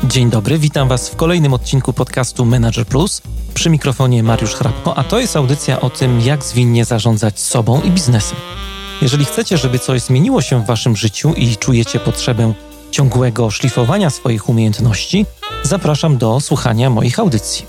Dzień dobry, witam Was w kolejnym odcinku podcastu Manager Plus. Przy mikrofonie Mariusz Hrabko, a to jest audycja o tym, jak zwinnie zarządzać sobą i biznesem. Jeżeli chcecie, żeby coś zmieniło się w Waszym życiu i czujecie potrzebę ciągłego szlifowania swoich umiejętności, zapraszam do słuchania moich audycji.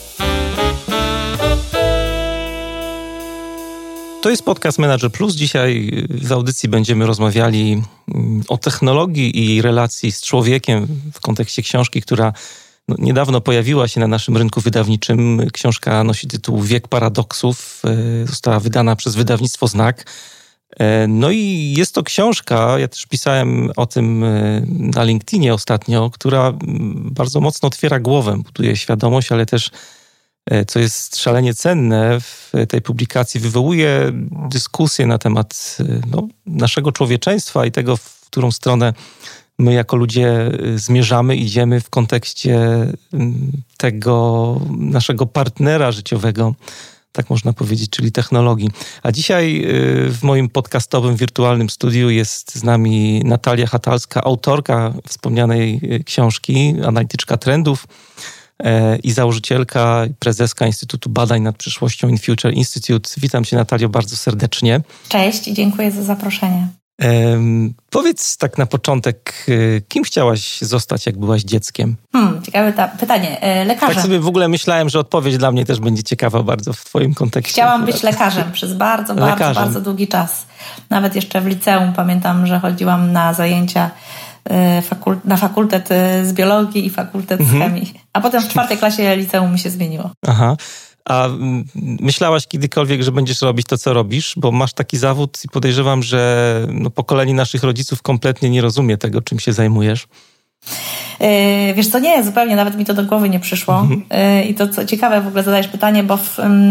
To jest podcast Manager Plus. Dzisiaj w audycji będziemy rozmawiali o technologii i relacji z człowiekiem w kontekście książki, która niedawno pojawiła się na naszym rynku wydawniczym. Książka nosi tytuł Wiek Paradoksów. Została wydana przez wydawnictwo Znak. No i jest to książka, ja też pisałem o tym na LinkedInie ostatnio, która bardzo mocno otwiera głowę, buduje świadomość, ale też, co jest szalenie cenne w tej publikacji, wywołuje dyskusję na temat naszego człowieczeństwa i tego, w którą stronę my jako ludzie zmierzamy, idziemy w kontekście tego naszego partnera życiowego, tak można powiedzieć, czyli technologii. A dzisiaj w moim podcastowym, wirtualnym studiu jest z nami Natalia Hatalska, autorka wspomnianej książki, analityczka trendów i założycielka, prezeska Instytutu Badań nad Przyszłością InFuture Institute. Witam Cię, Natalio, bardzo serdecznie. Cześć i dziękuję za zaproszenie. Powiedz tak na początek, kim chciałaś zostać, jak byłaś dzieckiem? Ciekawe pytanie. Lekarzem. Tak sobie w ogóle myślałem, że odpowiedź dla mnie też będzie ciekawa bardzo w Twoim kontekście. Chciałam być lekarzem przez bardzo długi czas. Nawet jeszcze w liceum pamiętam, że chodziłam na zajęcia na fakultet z biologii i fakultet z chemii. A potem w 4. klasie liceum mi się zmieniło. Aha. A myślałaś kiedykolwiek, że będziesz robić to, co robisz? Bo masz taki zawód i podejrzewam, że pokolenie naszych rodziców kompletnie nie rozumie tego, czym się zajmujesz. Wiesz co, nie, zupełnie nawet mi to do głowy nie przyszło. I to co ciekawe, w ogóle zadajesz pytanie, bo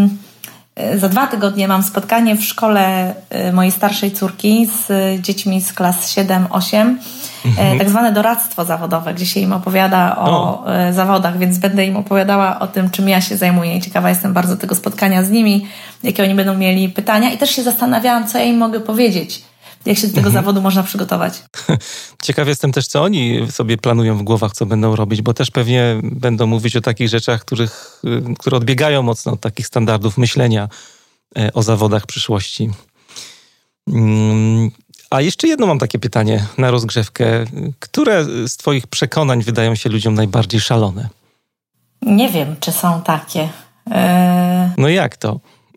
za 2 tygodnie mam spotkanie w szkole mojej starszej córki z dziećmi z klas 7-8, tak zwane doradztwo zawodowe, gdzie się im opowiada o zawodach, więc będę im opowiadała o tym, czym ja się zajmuję i ciekawa jestem bardzo tego spotkania z nimi, jakie oni będą mieli pytania i też się zastanawiałam, co ja im mogę powiedzieć, jak się do tego zawodu można przygotować. Ciekaw jestem też, co oni sobie planują w głowach, co będą robić, bo też pewnie będą mówić o takich rzeczach, które odbiegają mocno od takich standardów myślenia o zawodach przyszłości. A jeszcze jedno mam takie pytanie na rozgrzewkę. Które z Twoich przekonań wydają się ludziom najbardziej szalone? Nie wiem, czy są takie. No jak to?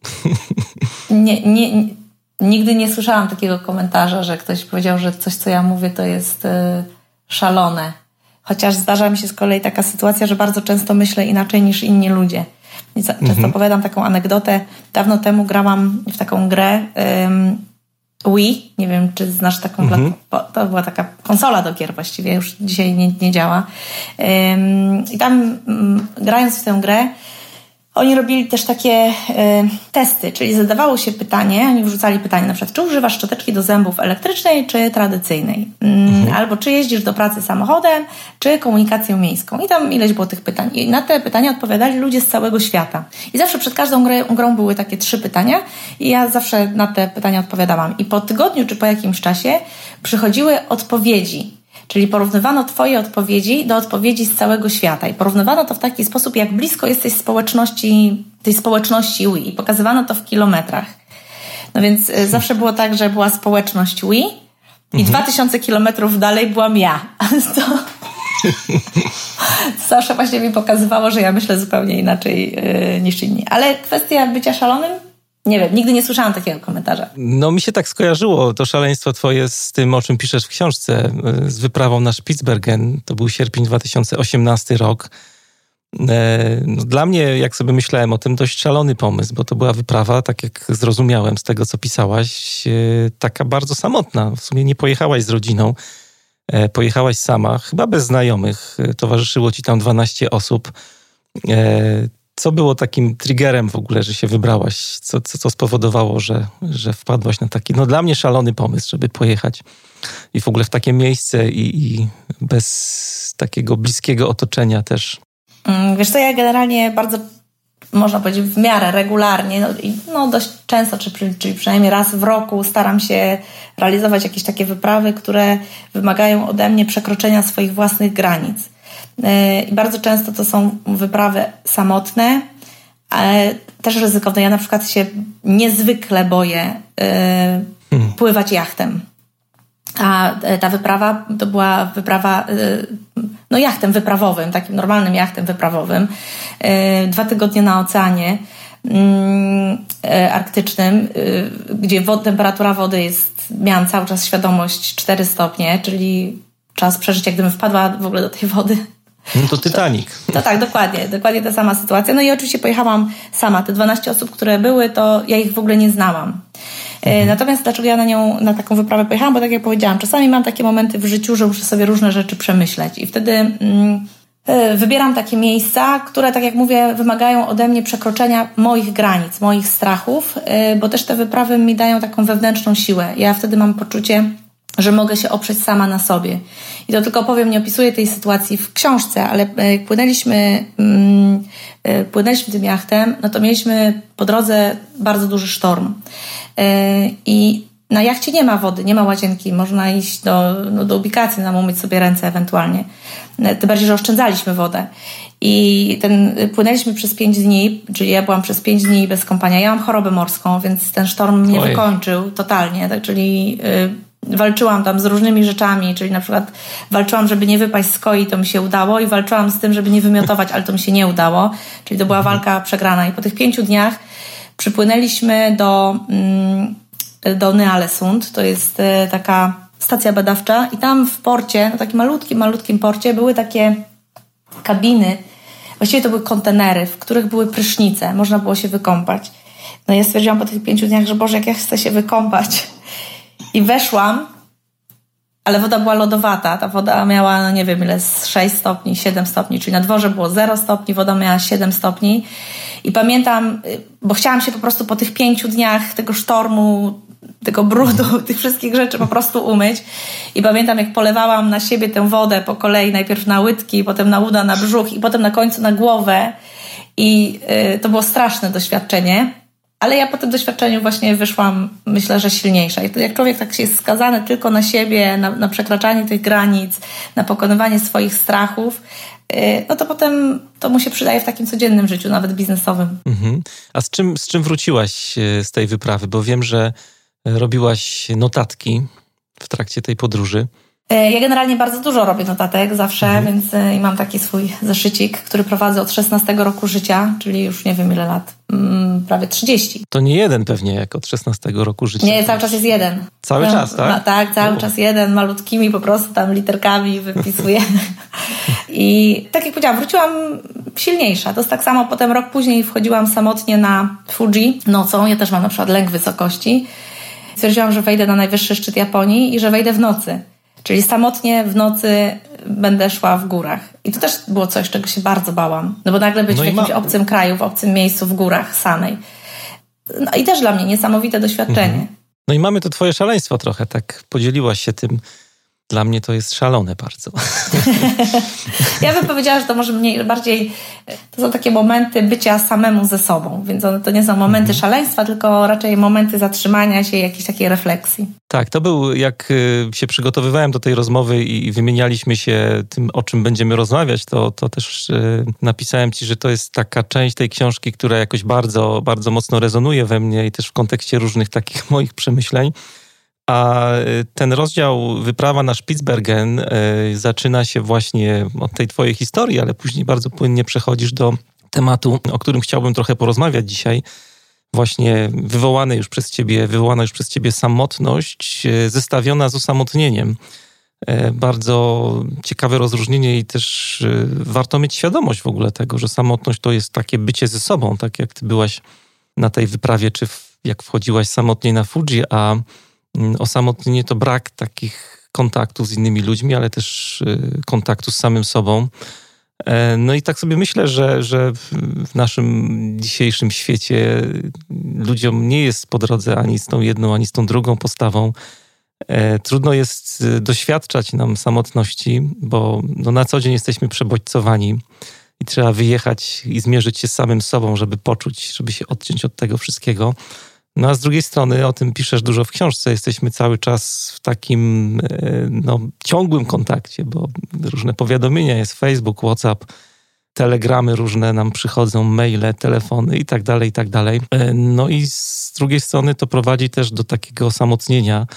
Nigdy nie słyszałam takiego komentarza, że ktoś powiedział, że coś, co ja mówię, to jest szalone. Chociaż zdarza mi się z kolei taka sytuacja, że bardzo często myślę inaczej niż inni ludzie. I często opowiadam taką anegdotę. Dawno temu grałam w taką grę Wii. Nie wiem, czy znasz taką grę. To była taka konsola do gier właściwie. Już dzisiaj nie działa. I tam grając w tę grę oni robili też takie testy, czyli zadawało się pytanie, oni wrzucali pytanie na przykład, czy używasz szczoteczki do zębów elektrycznej, czy tradycyjnej? Albo czy jeździsz do pracy samochodem, czy komunikacją miejską? I tam ileś było tych pytań. I na te pytania odpowiadali ludzie z całego świata. I zawsze przed każdą grą były takie 3 pytania i ja zawsze na te pytania odpowiadałam. I po tygodniu, czy po jakimś czasie przychodziły odpowiedzi. Czyli porównywano Twoje odpowiedzi do odpowiedzi z całego świata. I porównywano to w taki sposób, jak blisko jesteś tej społeczności Wii. I pokazywano to w kilometrach. No więc zawsze było tak, że była społeczność Wii i 2000 kilometrów dalej byłam ja. To zawsze właśnie mi pokazywało, że ja myślę zupełnie inaczej niż inni. Ale kwestia bycia szalonym? Nie wiem, nigdy nie słyszałam takiego komentarza. No mi się tak skojarzyło to szaleństwo twoje z tym, o czym piszesz w książce, z wyprawą na Spitsbergen. To był sierpień 2018 rok. Dla mnie, jak sobie myślałem o tym, dość szalony pomysł, bo to była wyprawa, tak jak zrozumiałem z tego, co pisałaś, taka bardzo samotna. W sumie nie pojechałaś z rodziną, pojechałaś sama, chyba bez znajomych. Towarzyszyło ci tam 12 osób. Co było takim triggerem w ogóle, że się wybrałaś? Co spowodowało, że wpadłaś na taki, dla mnie szalony pomysł, żeby pojechać i w ogóle w takie miejsce i bez takiego bliskiego otoczenia też? Wiesz co, ja generalnie bardzo, można powiedzieć, w miarę regularnie, dość często, czyli przynajmniej raz w roku staram się realizować jakieś takie wyprawy, które wymagają ode mnie przekroczenia swoich własnych granic. I bardzo często to są wyprawy samotne, ale też ryzykowne. Ja na przykład się niezwykle boję pływać jachtem. A ta wyprawa to była wyprawa jachtem wyprawowym, takim normalnym jachtem wyprawowym. 2 tygodnie na oceanie arktycznym, gdzie temperatura wody miałam cały czas świadomość 4 stopnie, czyli czas przeżycia, gdybym wpadła w ogóle do tej wody. No to Titanic. To tak, dokładnie ta sama sytuacja. No i oczywiście pojechałam sama. Te 12 osób, które były, to ja ich w ogóle nie znałam. Natomiast dlaczego ja na taką wyprawę pojechałam? Bo tak jak powiedziałam, czasami mam takie momenty w życiu, że muszę sobie różne rzeczy przemyśleć i wtedy wybieram takie miejsca, które, tak jak mówię, wymagają ode mnie przekroczenia moich granic, moich strachów, bo też te wyprawy mi dają taką wewnętrzną siłę. Ja wtedy mam poczucie, że mogę się oprzeć sama na sobie. I to tylko powiem, nie opisuję tej sytuacji w książce, ale jak płynęliśmy tym jachtem, no to mieliśmy po drodze bardzo duży sztorm. I na jachcie nie ma wody, nie ma łazienki, można iść do ubikacji, umyć sobie ręce ewentualnie. Tym bardziej, że oszczędzaliśmy wodę. I płynęliśmy przez 5 dni, czyli ja byłam przez 5 dni bez kąpania. Ja mam chorobę morską, więc ten sztorm mnie wykończył totalnie, tak, czyli walczyłam tam z różnymi rzeczami, czyli na przykład walczyłam, żeby nie wypaść z koi, to mi się udało, i walczyłam z tym, żeby nie wymiotować, ale to mi się nie udało, czyli to była walka przegrana. I po tych 5 dniach przypłynęliśmy do Ny-Ålesund, to jest taka stacja badawcza, i tam w porcie, na takim malutkim porcie były takie kabiny, właściwie to były kontenery, w których były prysznice, można było się wykąpać. No ja stwierdziłam po tych 5 dniach, że Boże, jak ja chcę się wykąpać. I weszłam, ale woda była lodowata. Ta woda miała, nie wiem ile, 6 stopni, 7 stopni, czyli na dworze było 0 stopni, woda miała 7 stopni. I pamiętam, bo chciałam się po prostu po tych 5 dniach tego sztormu, tego brudu, tych wszystkich rzeczy po prostu umyć. I pamiętam, jak polewałam na siebie tę wodę po kolei, najpierw na łydki, potem na uda, na brzuch i potem na końcu na głowę. I to było straszne doświadczenie. Ale ja po tym doświadczeniu właśnie wyszłam, myślę, że silniejsza. I to jak człowiek tak jest skazany tylko na siebie, na przekraczanie tych granic, na pokonywanie swoich strachów, no to potem to mu się przydaje w takim codziennym życiu, nawet biznesowym. Mhm. A z czym wróciłaś z tej wyprawy? Bo wiem, że robiłaś notatki w trakcie tej podróży. Ja generalnie bardzo dużo robię notatek zawsze, więc i mam taki swój zeszycik, który prowadzę od 16 roku życia, czyli już nie wiem ile lat, prawie 30. To nie jeden pewnie, jak od 16 roku życia. Nie, cały czas jest jeden. Cały czas, tak? Tak, cały czas jeden, malutkimi po prostu tam literkami wypisuję. I tak jak powiedziałam, wróciłam silniejsza. To jest tak samo, potem rok później wchodziłam samotnie na Fuji nocą. Ja też mam na przykład lęk wysokości. Stwierdziłam, że wejdę na najwyższy szczyt Japonii i że wejdę w nocy. Czyli samotnie w nocy będę szła w górach. I to też było coś, czego się bardzo bałam. No bo nagle być w jakimś obcym kraju, w obcym miejscu, w górach, samej. No i też dla mnie niesamowite doświadczenie. No i mamy to twoje szaleństwo trochę, tak podzieliłaś się tym. Dla mnie to jest szalone bardzo. Ja bym powiedziała, że to może bardziej, to są takie momenty bycia samemu ze sobą, więc to nie są momenty szaleństwa, tylko raczej momenty zatrzymania się i jakiejś takiej refleksji. Tak, to był, jak się przygotowywałem do tej rozmowy i wymienialiśmy się tym, o czym będziemy rozmawiać, to też napisałem ci, że to jest taka część tej książki, która jakoś bardzo, bardzo mocno rezonuje we mnie i też w kontekście różnych takich moich przemyśleń. A ten rozdział Wyprawa na Spitsbergen zaczyna się właśnie od tej twojej historii, ale później bardzo płynnie przechodzisz do tematu, o którym chciałbym trochę porozmawiać dzisiaj. Właśnie wywołana już przez ciebie samotność zestawiona z osamotnieniem. Bardzo ciekawe rozróżnienie i też warto mieć świadomość w ogóle tego, że samotność to jest takie bycie ze sobą, tak jak ty byłaś na tej wyprawie, czy jak wchodziłaś samotnie na Fuji, a osamotnienie to brak takich kontaktów z innymi ludźmi, ale też kontaktu z samym sobą. No i tak sobie myślę, że w naszym dzisiejszym świecie ludziom nie jest po drodze ani z tą jedną, ani z tą drugą postawą. Trudno jest doświadczać nam samotności, bo na co dzień jesteśmy przebodźcowani i trzeba wyjechać i zmierzyć się z samym sobą, żeby poczuć, żeby się odciąć od tego wszystkiego. No a z drugiej strony, o tym piszesz dużo w książce, jesteśmy cały czas w takim ciągłym kontakcie, bo różne powiadomienia, jest Facebook, WhatsApp, telegramy różne nam przychodzą, maile, telefony i tak dalej, i tak dalej. No i z drugiej strony to prowadzi też do takiego osamotnienia,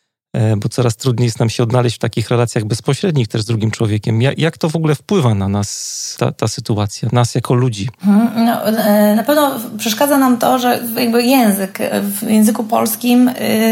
bo coraz trudniej jest nam się odnaleźć w takich relacjach bezpośrednich też z drugim człowiekiem. Jak to w ogóle wpływa na nas, ta sytuacja, nas jako ludzi? No, na pewno przeszkadza nam to, że jakby w języku polskim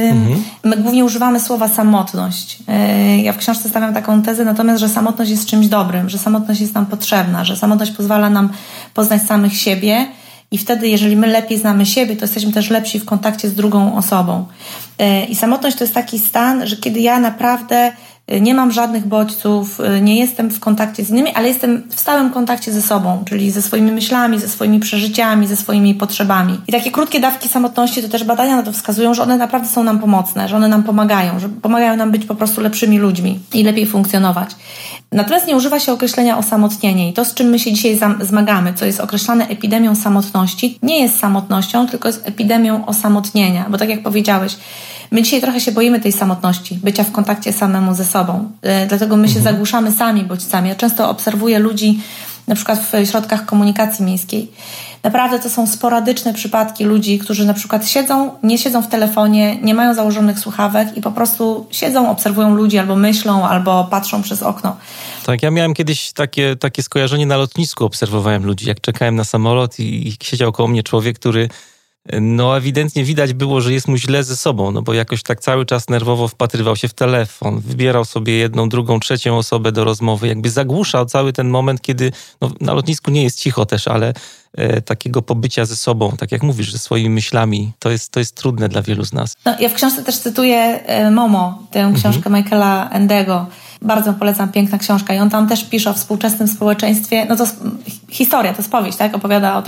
my głównie używamy słowa samotność. Ja w książce stawiam taką tezę natomiast, że samotność jest czymś dobrym, że samotność jest nam potrzebna, że samotność pozwala nam poznać samych siebie. I wtedy, jeżeli my lepiej znamy siebie, to jesteśmy też lepsi w kontakcie z drugą osobą. I samotność to jest taki stan, że kiedy ja naprawdę nie mam żadnych bodźców, nie jestem w kontakcie z innymi, ale jestem w stałym kontakcie ze sobą, czyli ze swoimi myślami, ze swoimi przeżyciami, ze swoimi potrzebami. I takie krótkie dawki samotności, to też badania na to wskazują, że one naprawdę są nam pomocne, że one nam pomagają, że pomagają nam być po prostu lepszymi ludźmi i lepiej funkcjonować. Natomiast nie używa się określenia osamotnienie i to, z czym my się dzisiaj zmagamy, co jest określane epidemią samotności, nie jest samotnością, tylko jest epidemią osamotnienia, bo tak jak powiedziałeś, my dzisiaj trochę się boimy tej samotności, bycia w kontakcie samemu ze sobą. Dlatego my się zagłuszamy sami bodźcami. Ja często obserwuję ludzi na przykład w środkach komunikacji miejskiej. Naprawdę to są sporadyczne przypadki ludzi, którzy na przykład nie siedzą w telefonie, nie mają założonych słuchawek i po prostu siedzą, obserwują ludzi albo myślą, albo patrzą przez okno. Tak, ja miałem kiedyś takie skojarzenie na lotnisku, obserwowałem ludzi, jak czekałem na samolot i siedział koło mnie człowiek, który ewidentnie widać było, że jest mu źle ze sobą, bo jakoś tak cały czas nerwowo wpatrywał się w telefon, wybierał sobie jedną, drugą, trzecią osobę do rozmowy, jakby zagłuszał cały ten moment, kiedy na lotnisku nie jest cicho też, ale takiego pobycia ze sobą, tak jak mówisz, ze swoimi myślami, to jest trudne dla wielu z nas. Ja w książce też cytuję Momo, tę książkę Michaela Endego. Bardzo polecam, piękna książka i on tam też pisze o współczesnym społeczeństwie. No to historia, to jest powieść, tak? Opowiada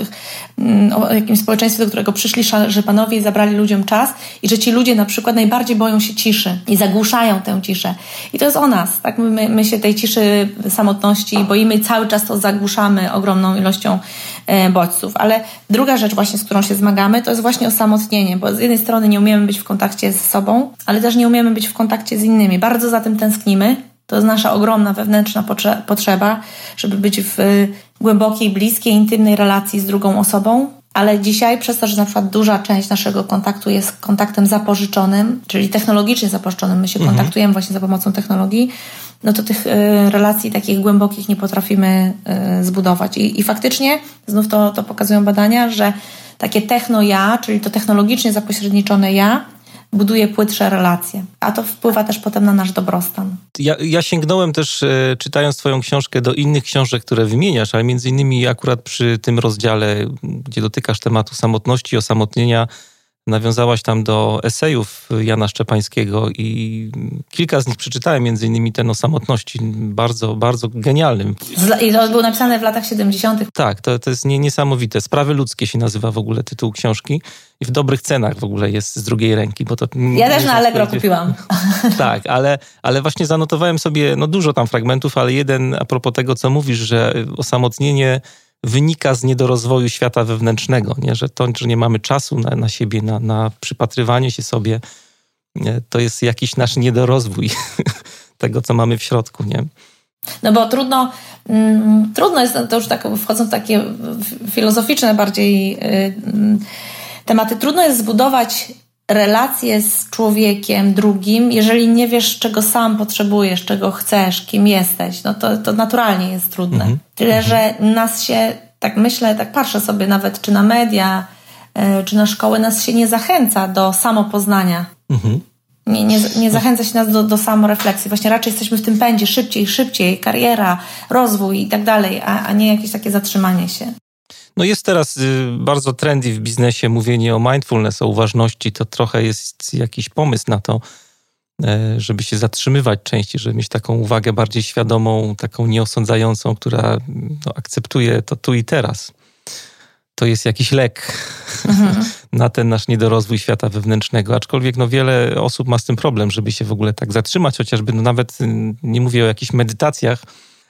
o jakimś społeczeństwie, do którego przyszli szarpanowie i zabrali ludziom czas i że ci ludzie na przykład najbardziej boją się ciszy i zagłuszają tę ciszę. I to jest o nas, tak? My się tej ciszy, samotności boimy i cały czas to zagłuszamy ogromną ilością bodźców. Ale druga rzecz właśnie, z którą się zmagamy, to jest właśnie osamotnienie, bo z jednej strony nie umiemy być w kontakcie ze sobą, ale też nie umiemy być w kontakcie z innymi. Bardzo za tym tęsknimy. To jest nasza ogromna wewnętrzna potrzeba, żeby być w głębokiej, bliskiej, intymnej relacji z drugą osobą. Ale dzisiaj, przez to, że na przykład duża część naszego kontaktu jest kontaktem zapożyczonym, czyli technologicznie zapożyczonym, my się kontaktujemy właśnie za pomocą technologii, no to tych relacji takich głębokich nie potrafimy zbudować. I faktycznie, znów to pokazują badania, że takie techno-ja, czyli to technologicznie zapośredniczone ja, buduje płytsze relacje, a to wpływa też potem na nasz dobrostan. Ja sięgnąłem też, czytając twoją książkę, do innych książek, które wymieniasz, ale między innymi akurat przy tym rozdziale, gdzie dotykasz tematu samotności, osamotnienia, nawiązałaś tam do esejów Jana Szczepańskiego i kilka z nich przeczytałem, między innymi ten o samotności, bardzo, bardzo genialnym. I to było napisane w latach 70. Tak, to jest niesamowite. Sprawy ludzkie się nazywa w ogóle tytuł książki i w dobrych cenach w ogóle jest z drugiej ręki. Bo to ja też na Allegro kupiłam. Tak, ale właśnie zanotowałem sobie dużo tam fragmentów, ale jeden a propos tego, co mówisz, że osamotnienie wynika z niedorozwoju świata wewnętrznego, nie? Że to, że nie mamy czasu na siebie, na przypatrywanie się sobie, to jest jakiś nasz niedorozwój tego, co mamy w środku, nie? No bo trudno jest, to już tak wchodzą w takie filozoficzne bardziej tematy, trudno jest zbudować relacje z człowiekiem drugim, jeżeli nie wiesz, czego sam potrzebujesz, czego chcesz, kim jesteś, no to naturalnie jest trudne. Tyle, że nas się, tak myślę, tak patrzę sobie nawet, czy na media, czy na szkoły, nas się nie zachęca do samopoznania. Nie zachęca się nas do samorefleksji. Właśnie raczej jesteśmy w tym pędzie szybciej, kariera, rozwój i tak dalej, a nie jakieś takie zatrzymanie się. No jest teraz bardzo trendy w biznesie mówienie o mindfulness, o uważności. To trochę jest jakiś pomysł na to, żeby się zatrzymywać częściej, żeby mieć taką uwagę bardziej świadomą, taką nieosądzającą, która akceptuje to tu i teraz. To jest jakiś lek na ten nasz niedorozwój świata wewnętrznego. Aczkolwiek wiele osób ma z tym problem, żeby się w ogóle tak zatrzymać, chociażby nawet nie mówię o jakichś medytacjach,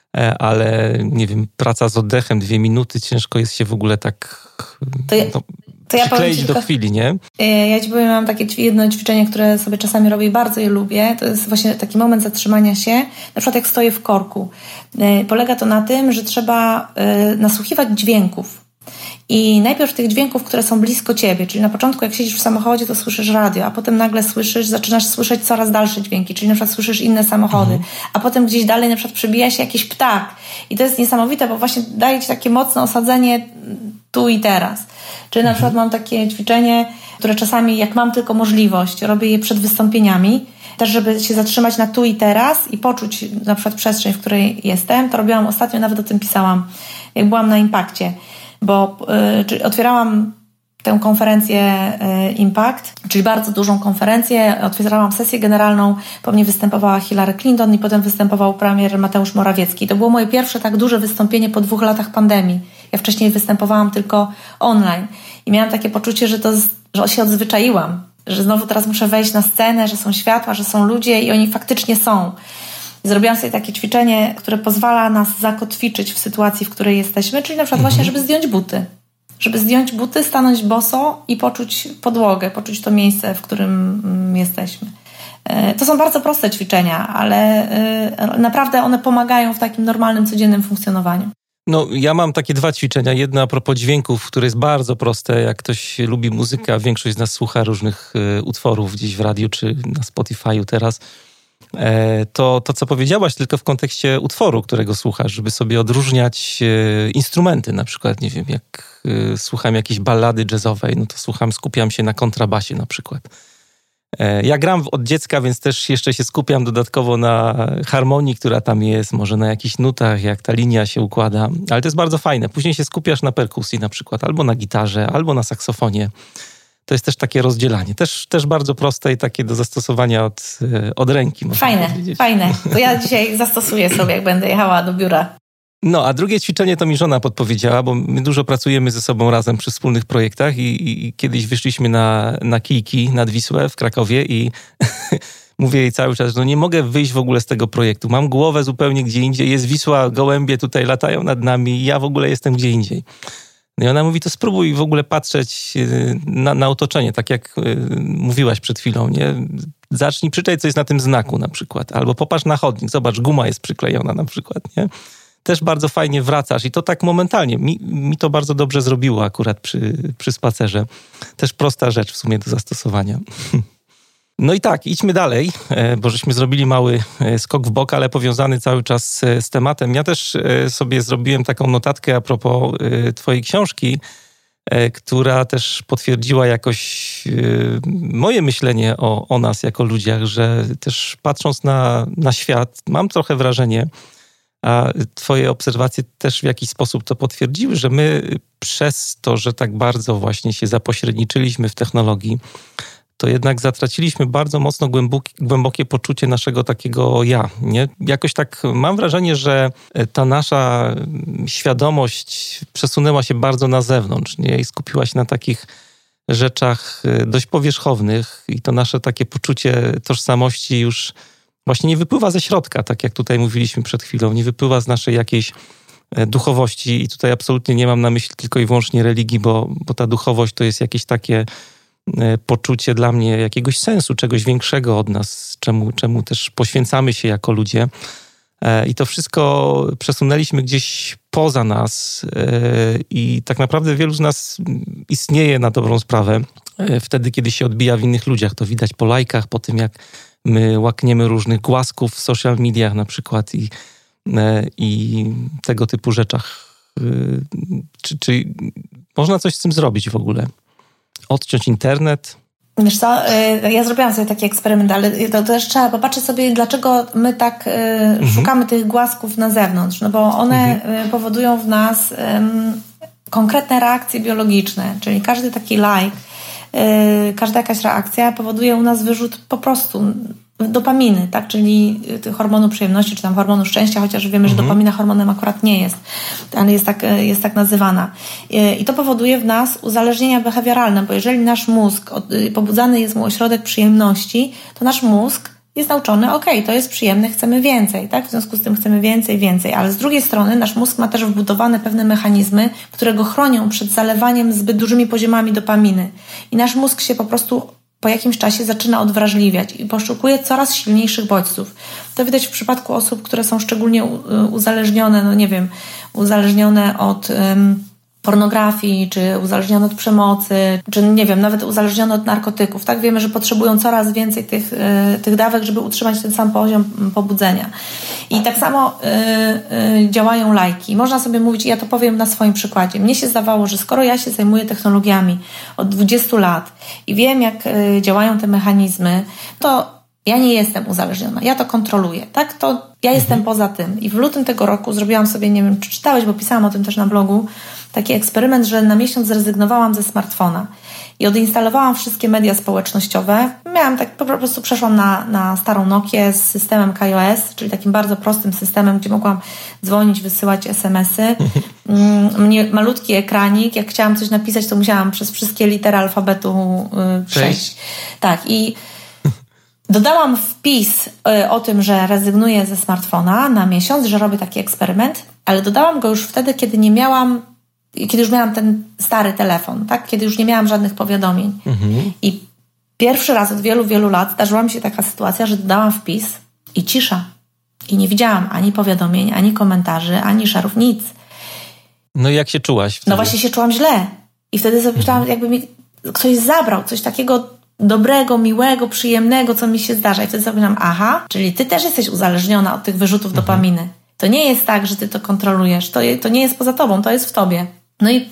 ale nie wiem, praca z oddechem 2 minuty, ciężko jest się w ogóle tak przykleić do chwili, nie? Ja ci powiem, mam takie jedno ćwiczenie, które sobie czasami robię i bardzo je lubię. To jest właśnie taki moment zatrzymania się, na przykład jak stoję w korku. Polega to na tym, że trzeba nasłuchiwać dźwięków. I najpierw tych dźwięków, które są blisko ciebie, czyli na początku jak siedzisz w samochodzie, to słyszysz radio, a potem nagle zaczynasz słyszeć coraz dalsze dźwięki, czyli na przykład słyszysz inne samochody, a potem gdzieś dalej na przykład przebija się jakiś ptak. I to jest niesamowite, bo właśnie daje ci takie mocne osadzenie tu i teraz. Czyli na przykład mam takie ćwiczenie, które czasami jak mam tylko możliwość, robię je przed wystąpieniami, też żeby się zatrzymać na tu i teraz i poczuć na przykład przestrzeń, w której jestem. To robiłam ostatnio, nawet o tym pisałam, jak byłam na Impakcie. Bo otwierałam tę konferencję Impact, czyli bardzo dużą konferencję, otwierałam sesję generalną, po mnie występowała Hillary Clinton i potem występował premier Mateusz Morawiecki. To było moje pierwsze tak duże wystąpienie po 2 latach pandemii. Ja wcześniej występowałam tylko online i miałam takie poczucie, że się odzwyczaiłam, że znowu teraz muszę wejść na scenę, że są światła, że są ludzie i oni faktycznie są. Zrobiłam sobie takie ćwiczenie, które pozwala nas zakotwiczyć w sytuacji, w której jesteśmy, czyli na przykład właśnie, żeby zdjąć buty. Żeby zdjąć buty, stanąć boso i poczuć podłogę, poczuć to miejsce, w którym jesteśmy. To są bardzo proste ćwiczenia, ale naprawdę one pomagają w takim normalnym, codziennym funkcjonowaniu. No, ja mam takie 2 ćwiczenia. Jedno a propos dźwięków, które jest bardzo proste. Jak ktoś lubi muzykę, a większość z nas słucha różnych utworów gdzieś w radiu czy na Spotify'u teraz, to co powiedziałaś, tylko w kontekście utworu, którego słuchasz, żeby sobie odróżniać instrumenty. Na przykład, nie wiem, jak słucham jakiejś ballady jazzowej, no to skupiam się na kontrabasie na przykład. Ja gram od dziecka, więc też jeszcze się skupiam dodatkowo na harmonii, która tam jest, może na jakichś nutach, jak ta linia się układa, ale to jest bardzo fajne. Później się skupiasz na perkusji na przykład, albo na gitarze, albo na saksofonie. To jest też takie rozdzielanie. Też bardzo proste i takie do zastosowania od ręki. Fajne. To ja dzisiaj zastosuję sobie, jak będę jechała do biura. No, a drugie ćwiczenie to mi żona podpowiedziała, bo my dużo pracujemy ze sobą razem przy wspólnych projektach i kiedyś wyszliśmy na kijki nad Wisłę w Krakowie i mówię jej cały czas, że nie mogę wyjść w ogóle z tego projektu. Mam głowę zupełnie gdzie indziej. Jest Wisła, gołębie tutaj latają nad nami i ja w ogóle jestem gdzie indziej. No i ona mówi, to spróbuj w ogóle patrzeć na otoczenie, tak jak mówiłaś przed chwilą, nie? Zacznij przeczytać, co jest na tym znaku na przykład. Albo popatrz na chodnik, zobacz, guma jest przyklejona na przykład, nie? Też bardzo fajnie wracasz i to tak momentalnie. Mi to bardzo dobrze zrobiło akurat przy spacerze. Też prosta rzecz w sumie do zastosowania. No i tak, idźmy dalej, bo żeśmy zrobili mały skok w bok, ale powiązany cały czas z tematem. Ja też sobie zrobiłem taką notatkę a propos twojej książki, która też potwierdziła jakoś moje myślenie o nas jako ludziach, że też patrząc na świat, mam trochę wrażenie, a twoje obserwacje też w jakiś sposób to potwierdziły, że my przez to, że tak bardzo właśnie się zapośredniczyliśmy w technologii, to jednak zatraciliśmy bardzo mocno głębokie poczucie naszego takiego ja. Nie? Jakoś tak mam wrażenie, że ta nasza świadomość przesunęła się bardzo na zewnątrz, nie? I skupiła się na takich rzeczach dość powierzchownych i to nasze takie poczucie tożsamości już właśnie nie wypływa ze środka, tak jak tutaj mówiliśmy przed chwilą, nie wypływa z naszej jakiejś duchowości i tutaj absolutnie nie mam na myśli tylko i wyłącznie religii, bo ta duchowość to jest jakieś takie poczucie dla mnie jakiegoś sensu, czegoś większego od nas, czemu też poświęcamy się jako ludzie. I to wszystko przesunęliśmy gdzieś poza nas i tak naprawdę wielu z nas istnieje na dobrą sprawę wtedy, kiedy się odbija w innych ludziach. To widać po lajkach, po tym jak my łakniemy różnych głasków w social mediach na przykład i tego typu rzeczach. Czy można coś z tym zrobić w ogóle? Odciąć internet? Wiesz co, ja zrobiłam sobie taki eksperyment, ale to też trzeba popatrzeć sobie, dlaczego my tak szukamy tych głasków na zewnątrz, no bo one powodują w nas konkretne reakcje biologiczne, czyli każdy taki like, każda jakaś reakcja powoduje u nas wyrzut po prostu dopaminy, tak, czyli hormonu przyjemności, czy tam hormonu szczęścia, chociaż wiemy, że dopamina hormonem akurat nie jest, ale jest tak nazywana. I to powoduje w nas uzależnienia behawioralne, bo jeżeli nasz mózg, pobudzany jest mu ośrodek przyjemności, to nasz mózg jest nauczony, to jest przyjemne, chcemy więcej, tak? W związku z tym chcemy więcej, ale z drugiej strony nasz mózg ma też wbudowane pewne mechanizmy, które go chronią przed zalewaniem zbyt dużymi poziomami dopaminy. I nasz mózg się po prostu po jakimś czasie zaczyna odwrażliwiać i poszukuje coraz silniejszych bodźców. To widać w przypadku osób, które są szczególnie uzależnione, uzależnione od pornografii, czy uzależnione od przemocy, czy nawet uzależnione od narkotyków. Tak, wiemy, że potrzebują coraz więcej tych dawek, żeby utrzymać ten sam poziom pobudzenia. I tak samo działają lajki. Można sobie mówić, ja to powiem na swoim przykładzie. Mnie się zdawało, że skoro ja się zajmuję technologiami od 20 lat i wiem, jak działają te mechanizmy, to ja nie jestem uzależniona, ja to kontroluję, tak? To ja jestem poza tym. I w lutym tego roku zrobiłam sobie, nie wiem, czy czytałeś, bo pisałam o tym też na blogu, taki eksperyment, że na miesiąc zrezygnowałam ze smartfona i odinstalowałam wszystkie media społecznościowe. Po prostu przeszłam na starą Nokię z systemem KaiOS, czyli takim bardzo prostym systemem, gdzie mogłam dzwonić, wysyłać SMS-y. Malutki ekranik, jak chciałam coś napisać, to musiałam przez wszystkie litery alfabetu przejść. Tak, i dodałam wpis o tym, że rezygnuję ze smartfona na miesiąc, że robię taki eksperyment, ale dodałam go już wtedy, kiedy już miałam ten stary telefon, tak? Kiedy już nie miałam żadnych powiadomień. I pierwszy raz od wielu, wielu lat zdarzyła mi się taka sytuacja, że dodałam wpis i cisza. I nie widziałam ani powiadomień, ani komentarzy, ani szarów, nic. No i jak się czułaś wtedy? No właśnie się czułam źle. I wtedy sobie myślałam, jakby mi ktoś zabrał coś takiego dobrego, miłego, przyjemnego, co mi się zdarza. I wtedy sobie myślałam, czyli ty też jesteś uzależniona od tych wyrzutów dopaminy. To nie jest tak, że ty to kontrolujesz. To nie jest poza tobą, to jest w tobie. No i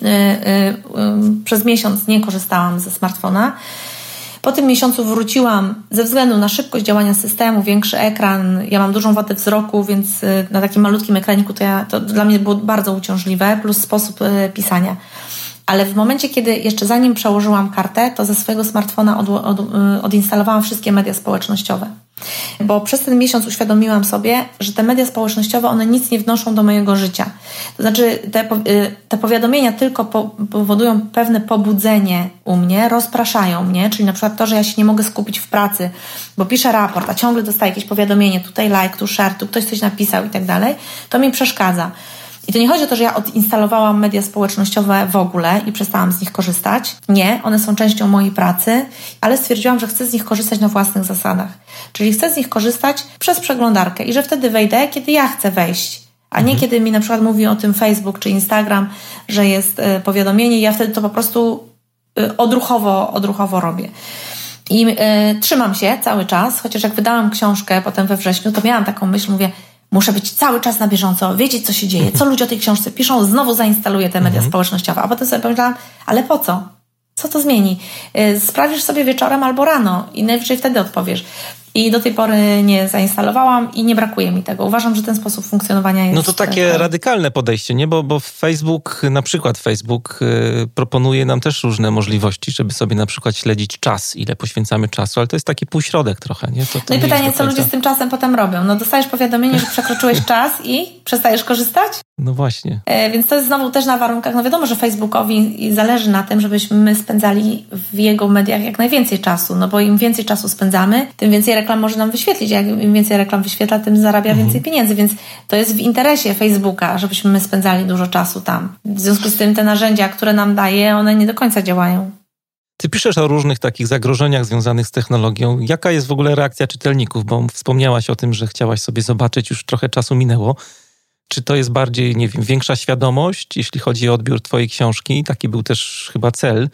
przez miesiąc nie korzystałam ze smartfona. Po tym miesiącu wróciłam ze względu na szybkość działania systemu, większy ekran. Ja mam dużą wadę wzroku, więc na takim malutkim ekraniku to dla mnie było bardzo uciążliwe, plus sposób pisania. Ale w momencie, kiedy jeszcze zanim przełożyłam kartę, to ze swojego smartfona odinstalowałam wszystkie media społecznościowe. Bo przez ten miesiąc uświadomiłam sobie, że te media społecznościowe, one nic nie wnoszą do mojego życia. To znaczy te powiadomienia tylko powodują pewne pobudzenie u mnie, rozpraszają mnie, czyli na przykład to, że ja się nie mogę skupić w pracy, bo piszę raport, a ciągle dostaję jakieś powiadomienie, tutaj like, tu share, tu ktoś coś napisał i tak dalej, to mi przeszkadza. I to nie chodzi o to, że ja odinstalowałam media społecznościowe w ogóle i przestałam z nich korzystać. Nie, one są częścią mojej pracy, ale stwierdziłam, że chcę z nich korzystać na własnych zasadach. Czyli chcę z nich korzystać przez przeglądarkę i że wtedy wejdę, kiedy ja chcę wejść, a nie kiedy mi na przykład mówi o tym Facebook czy Instagram, że jest powiadomienie i ja wtedy to po prostu odruchowo robię. I trzymam się cały czas, chociaż jak wydałam książkę potem we wrześniu, to miałam taką myśl, mówię, muszę być cały czas na bieżąco, wiedzieć, co się dzieje, co ludzie o tej książce piszą, znowu zainstaluję te media społecznościowe. A potem sobie pomyślałam, ale po co? Co to zmieni? Sprawdzisz sobie wieczorem albo rano i najwyżej wtedy odpowiesz. I do tej pory nie zainstalowałam i nie brakuje mi tego. Uważam, że ten sposób funkcjonowania jest... No to takie radykalne podejście, nie? Bo Facebook, na przykład Facebook proponuje nam też różne możliwości, żeby sobie na przykład śledzić czas, ile poświęcamy czasu, ale to jest taki półśrodek trochę, nie? To no i pytanie, co ludzie z tym czasem potem robią? No dostajesz powiadomienie, że przekroczyłeś czas i przestajesz korzystać? No właśnie. Więc to jest znowu też na warunkach, no wiadomo, że Facebookowi zależy na tym, żebyśmy my spędzali w jego mediach jak najwięcej czasu, no bo im więcej czasu spędzamy, tym więcej reklam może nam wyświetlić, jak im więcej reklam wyświetla, tym zarabia więcej pieniędzy, więc to jest w interesie Facebooka, żebyśmy my spędzali dużo czasu tam. W związku z tym te narzędzia, które nam daje, one nie do końca działają. Ty piszesz o różnych takich zagrożeniach związanych z technologią. Jaka jest w ogóle reakcja czytelników? Bo wspomniałaś o tym, że chciałaś sobie zobaczyć, już trochę czasu minęło. Czy to jest bardziej, nie wiem, większa świadomość, jeśli chodzi o odbiór twojej książki? Taki był też chyba cel.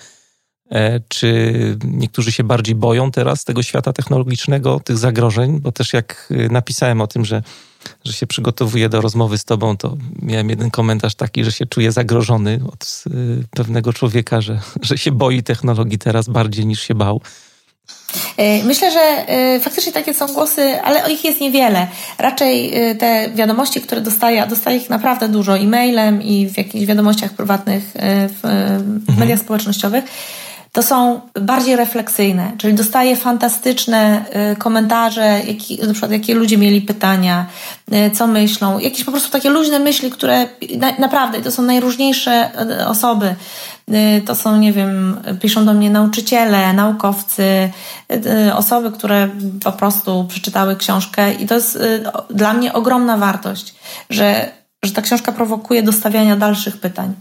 Czy niektórzy się bardziej boją teraz tego świata technologicznego, tych zagrożeń? Bo też jak napisałem o tym, że się przygotowuję do rozmowy z tobą, to miałem jeden komentarz taki, że się czuję zagrożony od pewnego człowieka, że się boi technologii teraz bardziej niż się bał. Myślę, że faktycznie takie są głosy, ale ich jest niewiele. Raczej te wiadomości, które dostaję ich naprawdę dużo e-mailem i w jakichś wiadomościach prywatnych w mediach społecznościowych, to są bardziej refleksyjne, czyli dostaję fantastyczne komentarze, na przykład jakie ludzie mieli pytania, co myślą, jakieś po prostu takie luźne myśli, które naprawdę, to są najróżniejsze osoby, to są, nie wiem, piszą do mnie nauczyciele, naukowcy, osoby, które po prostu przeczytały książkę i to jest dla mnie ogromna wartość, że ta książka prowokuje do stawiania dalszych pytań.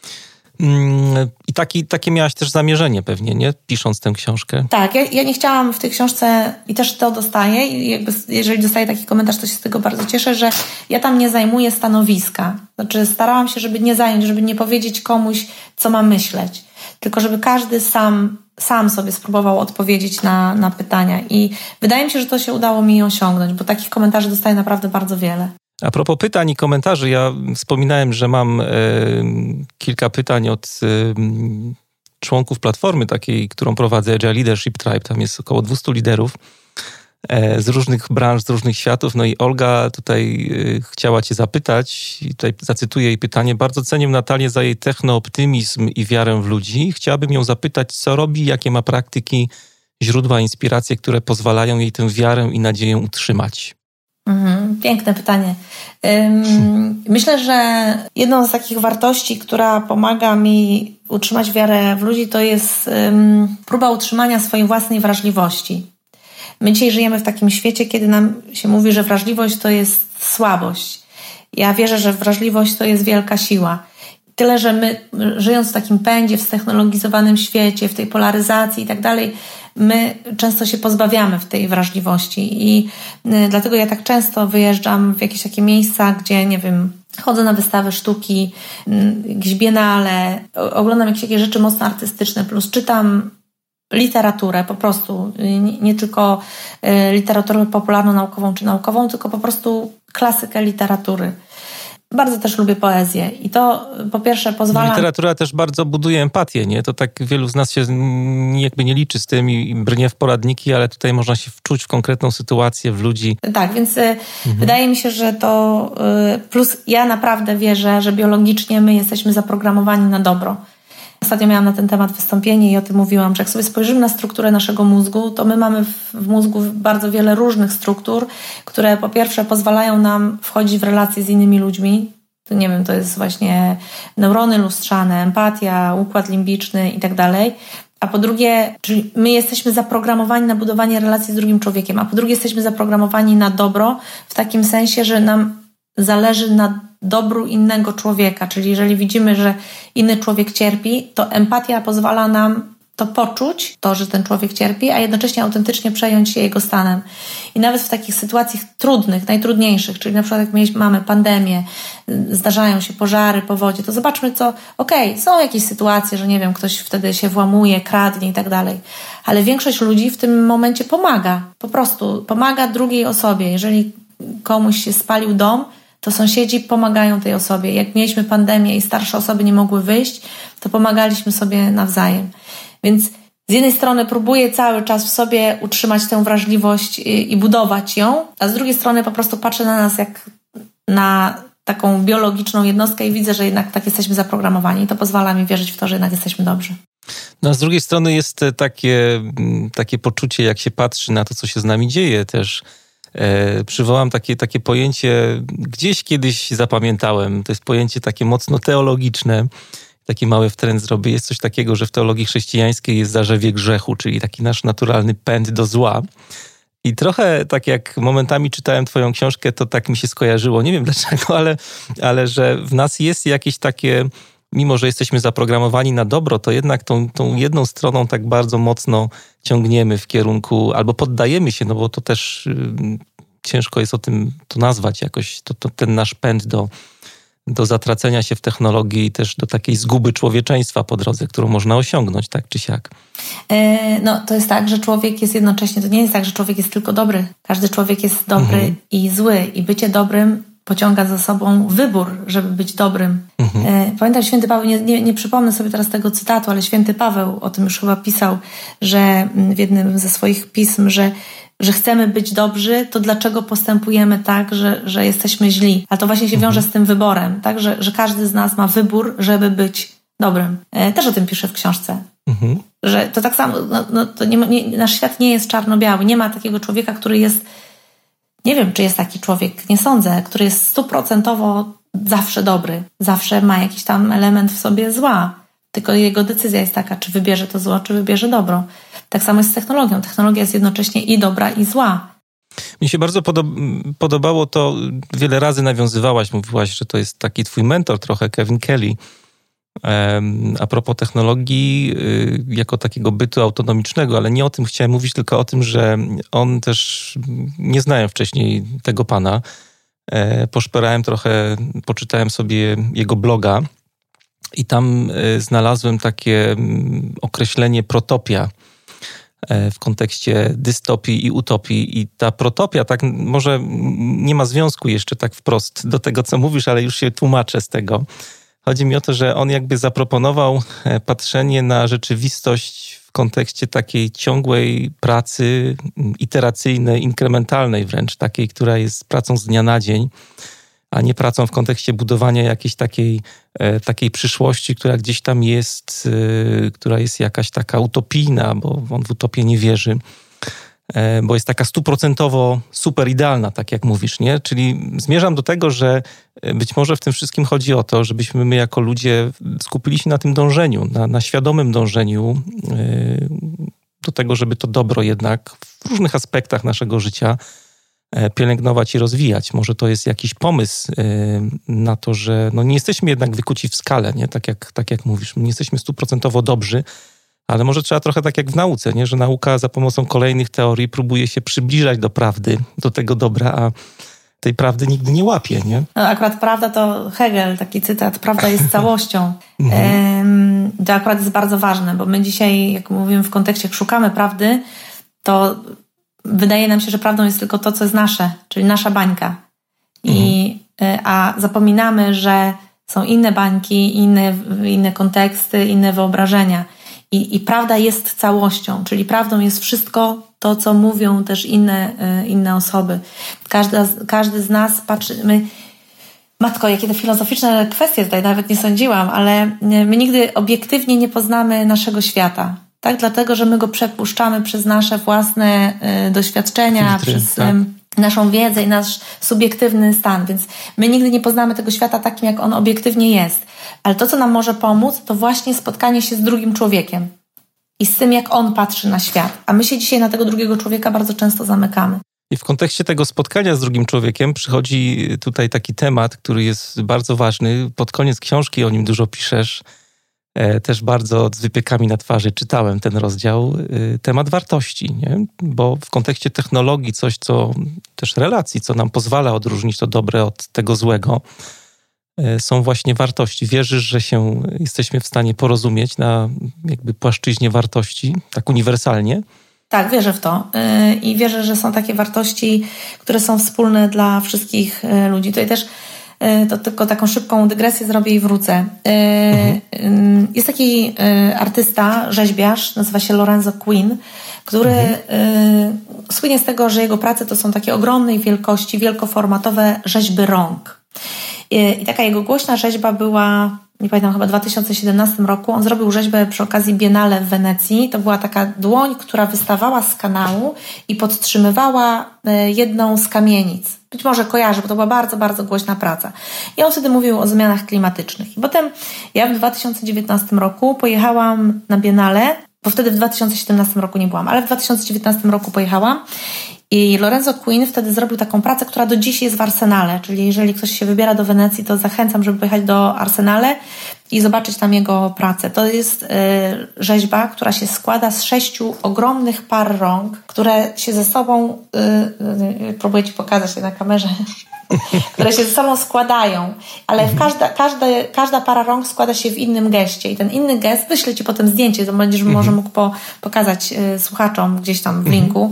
I takie miałaś też zamierzenie pewnie, nie? Pisząc tę książkę. Tak, ja nie chciałam w tej książce i też to dostaję i jakby jeżeli dostaję taki komentarz, to się z tego bardzo cieszę, że ja tam nie zajmuję stanowiska. Znaczy starałam się, żeby nie zająć, żeby nie powiedzieć komuś, co ma myśleć, tylko żeby każdy sam sobie spróbował odpowiedzieć na pytania i wydaje mi się, że to się udało mi osiągnąć, bo takich komentarzy dostaję naprawdę bardzo wiele. A propos pytań i komentarzy, ja wspominałem, że mam kilka pytań od członków platformy takiej, którą prowadzę, Agile Leadership Tribe. Tam jest około 200 liderów z różnych branż, z różnych światów. No i Olga tutaj chciała cię zapytać, i tutaj zacytuję jej pytanie. Bardzo cenię Natalię za jej technooptymizm i wiarę w ludzi. Chciałabym ją zapytać, co robi, jakie ma praktyki, źródła, inspiracje, które pozwalają jej tę wiarę i nadzieję utrzymać. Piękne pytanie. Myślę, że jedną z takich wartości, która pomaga mi utrzymać wiarę w ludzi, to jest próba utrzymania swojej własnej wrażliwości. My dzisiaj żyjemy w takim świecie, kiedy nam się mówi, że wrażliwość to jest słabość. Ja wierzę, że wrażliwość to jest wielka siła. Tyle, że my, żyjąc w takim pędzie, w ztechnologizowanym świecie, w tej polaryzacji i tak dalej, my często się pozbawiamy w tej wrażliwości i dlatego ja tak często wyjeżdżam w jakieś takie miejsca, gdzie, nie wiem, chodzę na wystawy sztuki, jakieś biennale, oglądam jakieś takie rzeczy mocno artystyczne, plus czytam literaturę po prostu, nie tylko literaturę popularno-naukową czy naukową, tylko po prostu klasykę literatury. Bardzo też lubię poezję i to po pierwsze pozwala... Literatura też bardzo buduje empatię, nie? To tak wielu z nas się jakby nie liczy z tym i brnie w poradniki, ale tutaj można się wczuć w konkretną sytuację, w ludzi. Tak, więc wydaje mi się, że to... Plus ja naprawdę wierzę, że biologicznie my jesteśmy zaprogramowani na dobro. Ostatnio miałam na ten temat wystąpienie i o tym mówiłam, że jak sobie spojrzymy na strukturę naszego mózgu, to my mamy w mózgu bardzo wiele różnych struktur, które po pierwsze pozwalają nam wchodzić w relacje z innymi ludźmi. To nie wiem, to jest właśnie neurony lustrzane, empatia, układ limbiczny i tak dalej. A po drugie, czyli my jesteśmy zaprogramowani na budowanie relacji z drugim człowiekiem, a po drugie jesteśmy zaprogramowani na dobro w takim sensie, że nam zależy na dobru innego człowieka, czyli jeżeli widzimy, że inny człowiek cierpi, to empatia pozwala nam to poczuć, to, że ten człowiek cierpi, a jednocześnie autentycznie przejąć się jego stanem. I nawet w takich sytuacjach trudnych, najtrudniejszych, czyli na przykład jak mamy pandemię, zdarzają się pożary, powodzie, to zobaczmy co, są jakieś sytuacje, że nie wiem, ktoś wtedy się włamuje, kradnie i tak dalej, ale większość ludzi w tym momencie pomaga, po prostu pomaga drugiej osobie. Jeżeli komuś się spalił dom, to sąsiedzi pomagają tej osobie. Jak mieliśmy pandemię i starsze osoby nie mogły wyjść, to pomagaliśmy sobie nawzajem. Więc z jednej strony próbuję cały czas w sobie utrzymać tę wrażliwość i budować ją, a z drugiej strony po prostu patrzę na nas jak na taką biologiczną jednostkę i widzę, że jednak tak jesteśmy zaprogramowani i to pozwala mi wierzyć w to, że jednak jesteśmy dobrzy. No a z drugiej strony jest takie poczucie, jak się patrzy na to, co się z nami dzieje też. Przywołam takie pojęcie, gdzieś kiedyś zapamiętałem, to jest pojęcie takie mocno teologiczne, taki mały wtręt zrobię. Jest coś takiego, że w teologii chrześcijańskiej jest zarzewie grzechu, czyli taki nasz naturalny pęd do zła. I trochę tak jak momentami czytałem twoją książkę, to tak mi się skojarzyło, nie wiem dlaczego, ale że w nas jest jakieś takie, mimo że jesteśmy zaprogramowani na dobro, to jednak tą jedną stroną tak bardzo mocno ciągniemy w kierunku, albo poddajemy się, no bo to też ciężko jest o tym to nazwać jakoś, ten nasz pęd do zatracenia się w technologii i też do takiej zguby człowieczeństwa po drodze, którą można osiągnąć, tak czy siak. No to jest tak, że człowiek jest jednocześnie, to nie jest tak, że człowiek jest tylko dobry. Każdy człowiek jest dobry i zły i bycie dobrym pociąga za sobą wybór, żeby być dobrym. Pamiętam święty Paweł, nie przypomnę sobie teraz tego cytatu, ale święty Paweł o tym już chyba pisał, że w jednym ze swoich pism, że chcemy być dobrzy, to dlaczego postępujemy tak, że jesteśmy źli? A to właśnie się wiąże z tym wyborem, tak? Że każdy z nas ma wybór, żeby być dobrym. Też o tym piszę w książce. Że to tak samo, to nasz świat nie jest czarno-biały. Nie ma takiego człowieka, który jest, nie wiem, czy jest taki człowiek, nie sądzę, który jest 100% zawsze dobry. Zawsze ma jakiś tam element w sobie zła. tylko jego decyzja jest taka, czy wybierze to zło, czy wybierze dobro. Tak samo jest z technologią. Technologia jest jednocześnie i dobra, i zła. Mi się bardzo podobało to, wiele razy nawiązywałaś, mówiłaś, że to jest taki twój mentor trochę, Kevin Kelly. A propos technologii jako takiego bytu autonomicznego, ale nie o tym chciałem mówić, tylko o tym, że on też, nie znałem wcześniej tego pana, poszperałem trochę, poczytałem sobie jego bloga i tam znalazłem takie określenie protopia w kontekście dystopii i utopii. I ta protopia tak może nie ma związku jeszcze tak wprost do tego, co mówisz, ale już się tłumaczę z tego. Chodzi mi o to, że on jakby zaproponował patrzenie na rzeczywistość w kontekście takiej ciągłej pracy, iteracyjnej, inkrementalnej wręcz, takiej, która jest pracą z dnia na dzień, a nie pracą w kontekście budowania jakiejś takiej przyszłości, która gdzieś tam jest, która jest jakaś taka utopijna, bo on w utopię nie wierzy, bo jest taka 100% super idealna, tak jak mówisz, nie? Czyli zmierzam do tego, że być może w tym wszystkim chodzi o to, żebyśmy my jako ludzie skupili się na tym dążeniu, na świadomym dążeniu do tego, żeby to dobro jednak w różnych aspektach naszego życia pielęgnować i rozwijać. Może to jest jakiś pomysł na to, że nie jesteśmy jednak wykuci w skale, nie? Tak jak mówisz, my nie jesteśmy 100% dobrzy, ale może trzeba trochę tak jak w nauce, nie? Że nauka za pomocą kolejnych teorii próbuje się przybliżać do prawdy, do tego dobra, a tej prawdy nigdy nie łapie, nie? No akurat prawda to Hegel, taki cytat, prawda jest całością. To akurat jest bardzo ważne, bo my dzisiaj, jak mówimy w kontekście, jak szukamy prawdy, to wydaje nam się, że prawdą jest tylko to, co jest nasze, czyli nasza bańka. A zapominamy, że są inne bańki, inne konteksty, inne wyobrażenia. I prawda jest całością, czyli prawdą jest wszystko to, co mówią też inne osoby. Każdy z nas patrzy... Matko, jakie to filozoficzne kwestie tutaj nawet nie sądziłam, ale my nigdy obiektywnie nie poznamy naszego świata. Tak? Dlatego, że my go przepuszczamy przez nasze własne doświadczenia, filtry, przez naszą wiedzę i nasz subiektywny stan. Więc my nigdy nie poznamy tego świata takim, jak on obiektywnie jest. Ale to, co nam może pomóc, to właśnie spotkanie się z drugim człowiekiem i z tym, jak on patrzy na świat. A my się dzisiaj na tego drugiego człowieka bardzo często zamykamy. I w kontekście tego spotkania z drugim człowiekiem przychodzi tutaj taki temat, który jest bardzo ważny. Pod koniec książki o nim dużo piszesz. Też bardzo z wypiekami na twarzy czytałem ten rozdział. Temat wartości, nie? Bo w kontekście technologii coś, co też relacji, co nam pozwala odróżnić to dobre od tego złego, są właśnie wartości. Wierzysz, że jesteśmy w stanie porozumieć na jakby płaszczyźnie wartości, tak uniwersalnie? Tak, wierzę w to i wierzę, że są takie wartości, które są wspólne dla wszystkich ludzi. Tutaj też to tylko taką szybką dygresję zrobię i wrócę. Jest taki artysta, rzeźbiarz, nazywa się Lorenzo Quinn, który słynie z tego, że jego prace to są takie ogromnej wielkości, wielkoformatowe rzeźby rąk. I taka jego głośna rzeźba była, nie pamiętam, chyba w 2017 roku. On zrobił rzeźbę przy okazji Biennale w Wenecji. To była taka dłoń, która wystawała z kanału i podtrzymywała jedną z kamienic. Być może kojarzę, bo to była bardzo, bardzo głośna praca. I on wtedy mówił o zmianach klimatycznych. I potem ja w 2019 roku pojechałam na Biennale, bo wtedy w 2017 roku nie byłam, ale w 2019 roku pojechałam. I Lorenzo Quinn wtedy zrobił taką pracę, która do dziś jest w Arsenale. Czyli jeżeli ktoś się wybiera do Wenecji, to zachęcam, żeby pojechać do Arsenale i zobaczyć tam jego pracę. To jest rzeźba, która się składa z 6 ogromnych par rąk, które się ze sobą, próbuję Ci pokazać je na kamerze, które się ze sobą składają, ale każda para rąk składa się w innym geście. I ten inny gest, wyślę Ci potem zdjęcie, to będziesz może mógł pokazać słuchaczom gdzieś tam w linku.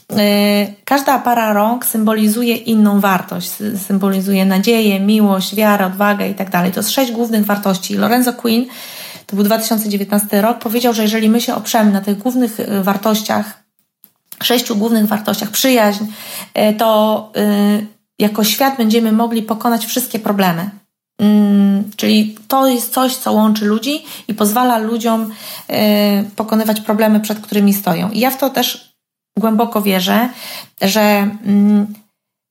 Każda para rąk symbolizuje inną wartość, symbolizuje nadzieję, miłość, wiarę, odwagę i tak dalej. To jest 6 głównych wartości. Lorenzo Quinn, to był 2019 rok, powiedział, że jeżeli my się oprzemy na tych głównych wartościach, 6 głównych wartościach, przyjaźń, to jako świat będziemy mogli pokonać wszystkie problemy. Czyli to jest coś, co łączy ludzi i pozwala ludziom pokonywać problemy, przed którymi stoją. I ja w to też głęboko wierzę, że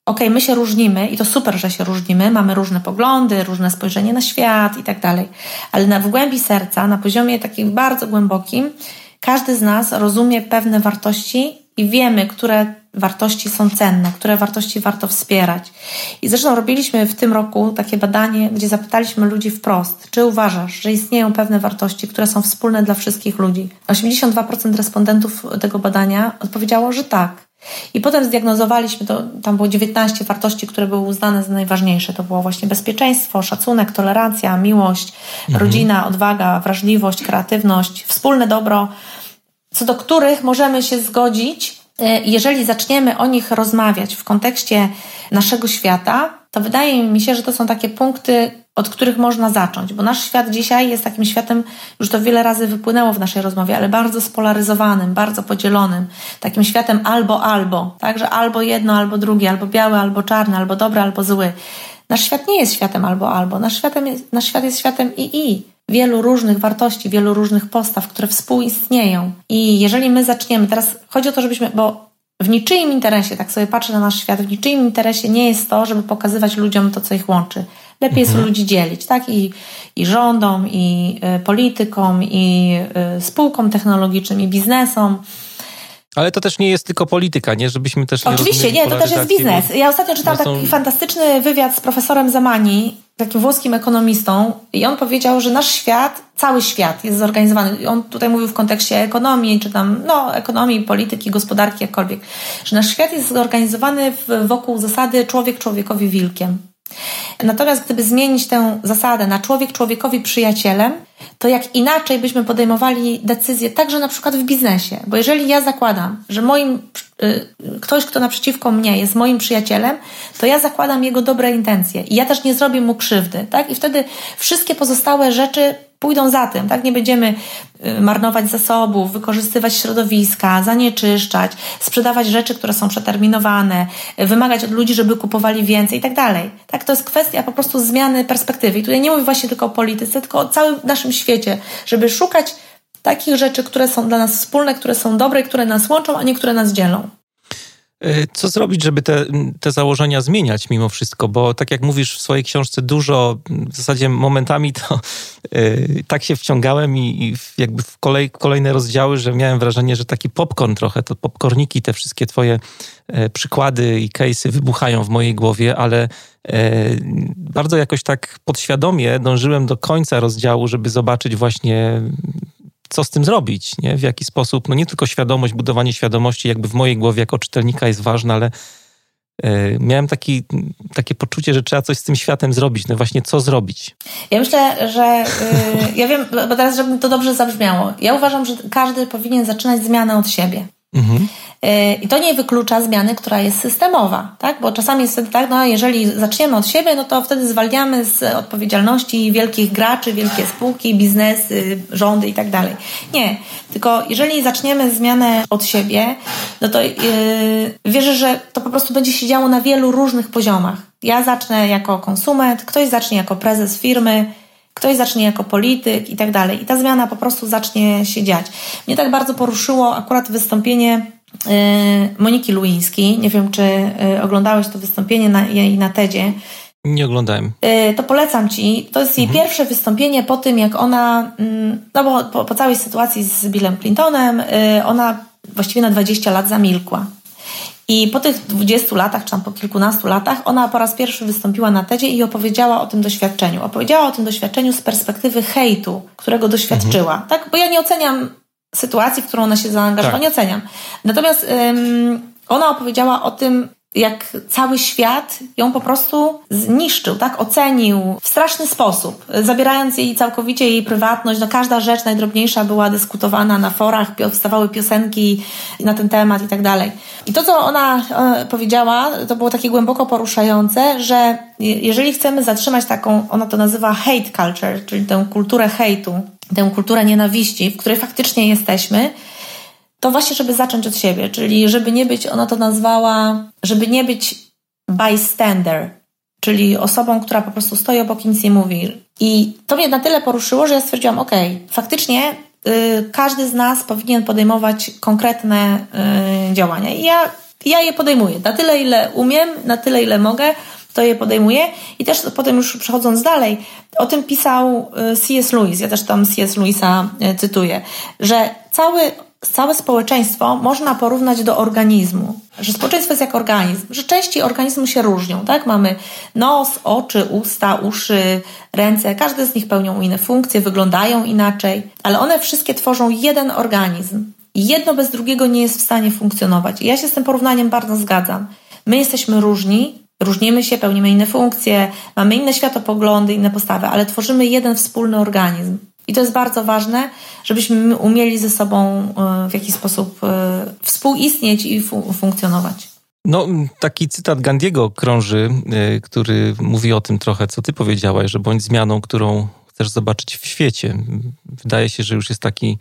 okej, my się różnimy i to super, że się różnimy, mamy różne poglądy, różne spojrzenie na świat i tak dalej, ale w głębi serca, na poziomie takim bardzo głębokim, każdy z nas rozumie pewne wartości i wiemy, które wartości są cenne, które wartości warto wspierać. I zresztą robiliśmy w tym roku takie badanie, gdzie zapytaliśmy ludzi wprost, czy uważasz, że istnieją pewne wartości, które są wspólne dla wszystkich ludzi? 82% respondentów tego badania odpowiedziało, że tak. I potem zdiagnozowaliśmy, tam było 19 wartości, które były uznane za najważniejsze. To było właśnie bezpieczeństwo, szacunek, tolerancja, miłość, rodzina, odwaga, wrażliwość, kreatywność, wspólne dobro, co do których możemy się zgodzić. Jeżeli zaczniemy o nich rozmawiać w kontekście naszego świata, to wydaje mi się, że to są takie punkty, od których można zacząć, bo nasz świat dzisiaj jest takim światem, już to wiele razy wypłynęło w naszej rozmowie, ale bardzo spolaryzowanym, bardzo podzielonym, takim światem albo, tak, że albo jedno, albo drugie, albo biały, albo czarny, albo dobry, albo zły. Nasz świat nie jest światem albo, nasz świat jest światem i. Wielu różnych wartości, wielu różnych postaw, które współistnieją. I jeżeli my zaczniemy, teraz chodzi o to, żebyśmy, bo w niczyim interesie, tak sobie patrzę na nasz świat, w niczyim interesie nie jest to, żeby pokazywać ludziom to, co ich łączy. Lepiej jest ludzi dzielić, tak? I rządom, i politykom, i spółkom technologicznym, i biznesom. Ale to też nie jest tylko polityka, nie? Żebyśmy też nie Oczywiście, nie, to też jest biznes. Ja ostatnio czytałam taki fantastyczny wywiad z profesorem Zamani, takim włoskim ekonomistą, i on powiedział, że nasz świat, cały świat jest zorganizowany. On tutaj mówił w kontekście ekonomii, czy tam, ekonomii, polityki, gospodarki, jakkolwiek, że nasz świat jest zorganizowany wokół zasady człowiek człowiekowi wilkiem. Natomiast gdyby zmienić tę zasadę na człowiek człowiekowi przyjacielem, to jak inaczej byśmy podejmowali decyzje, także na przykład w biznesie. Bo jeżeli ja zakładam, że ktoś, kto naprzeciwko mnie jest moim przyjacielem, to ja zakładam jego dobre intencje i ja też nie zrobię mu krzywdy, tak? I wtedy wszystkie pozostałe rzeczy pójdą za tym, tak? Nie będziemy marnować zasobów, wykorzystywać środowiska, zanieczyszczać, sprzedawać rzeczy, które są przeterminowane, wymagać od ludzi, żeby kupowali więcej i tak dalej. Tak? To jest kwestia po prostu zmiany perspektywy. I tutaj nie mówię właśnie tylko o polityce, tylko o całym naszym świecie, żeby szukać takich rzeczy, które są dla nas wspólne, które są dobre, które nas łączą, a nie które nas dzielą. Co zrobić, żeby te założenia zmieniać mimo wszystko? Bo tak jak mówisz w swojej książce dużo, w zasadzie momentami to tak się wciągałem i jakby w kolejne rozdziały, że miałem wrażenie, że taki popcorn trochę, to popcorniki, te wszystkie twoje przykłady i case'y wybuchają w mojej głowie, ale bardzo jakoś tak podświadomie dążyłem do końca rozdziału, żeby zobaczyć właśnie, co z tym zrobić, nie? W jaki sposób, nie tylko świadomość, budowanie świadomości jakby w mojej głowie jako czytelnika jest ważne, ale miałem takie poczucie, że trzeba coś z tym światem zrobić. Właśnie co zrobić? Ja myślę, że ja wiem, bo teraz, żeby to dobrze zabrzmiało, ja uważam, że każdy powinien zaczynać zmianę od siebie. I to nie wyklucza zmiany, która jest systemowa, tak? Bo czasami jest wtedy tak, jeżeli zaczniemy od siebie, to wtedy zwalniamy z odpowiedzialności wielkich graczy, wielkie spółki, biznesy, rządy i tak dalej. Nie, tylko jeżeli zaczniemy zmianę od siebie, to wierzę, że to po prostu będzie się działo na wielu różnych poziomach. Ja zacznę jako konsument, ktoś zacznie jako prezes firmy, ktoś zacznie jako polityk i tak dalej. I ta zmiana po prostu zacznie się dziać. Mnie tak bardzo poruszyło akurat wystąpienie Moniki Luińskiej. Nie wiem, czy oglądałeś to wystąpienie na TEDzie. Nie oglądałem. To polecam Ci. To jest jej pierwsze wystąpienie po tym, jak ona, bo po całej sytuacji z Billem Clintonem, ona właściwie na 20 lat zamilkła. I po tych 20 latach, czy tam po kilkunastu latach, ona po raz pierwszy wystąpiła na TEDzie i opowiedziała o tym doświadczeniu. Opowiedziała o tym doświadczeniu z perspektywy hejtu, którego doświadczyła. Tak? Bo ja nie oceniam sytuacji, w którą ona się zaangażowała, tak. Nie oceniam. Natomiast ona opowiedziała o tym, jak cały świat ją po prostu zniszczył, tak? Ocenił w straszny sposób, zabierając jej całkowicie jej prywatność. Każda rzecz najdrobniejsza była dyskutowana na forach, powstawały piosenki na ten temat i tak dalej. I to, co ona powiedziała, to było takie głęboko poruszające, że jeżeli chcemy zatrzymać taką, ona to nazywa hate culture, czyli tę kulturę hejtu, tę kulturę nienawiści, w której faktycznie jesteśmy, to właśnie, żeby zacząć od siebie, czyli żeby nie być, ona to nazwała, żeby nie być bystander, czyli osobą, która po prostu stoi obok i nic nie mówi. I to mnie na tyle poruszyło, że ja stwierdziłam, faktycznie każdy z nas powinien podejmować konkretne działania. I I ja je podejmuję. Na tyle, ile umiem, na tyle, ile mogę, to je podejmuję. I też potem już przechodząc dalej, o tym pisał C.S. Lewis. Ja też tam C.S. Lewisa cytuję, że całe społeczeństwo można porównać do organizmu. Że społeczeństwo jest jak organizm, że części organizmu się różnią, tak? Mamy nos, oczy, usta, uszy, ręce. Każde z nich pełnią inne funkcje, wyglądają inaczej, ale one wszystkie tworzą jeden organizm. I jedno bez drugiego nie jest w stanie funkcjonować. I ja się z tym porównaniem bardzo zgadzam. My jesteśmy różni, różnimy się, pełnimy inne funkcje, mamy inne światopoglądy, inne postawy, ale tworzymy jeden wspólny organizm. I to jest bardzo ważne, żebyśmy umieli ze sobą w jakiś sposób współistnieć i funkcjonować. No, taki cytat Gandhiego krąży, który mówi o tym trochę, co ty powiedziałaś, że bądź zmianą, którą chcesz zobaczyć w świecie. Wydaje się, że już jest taki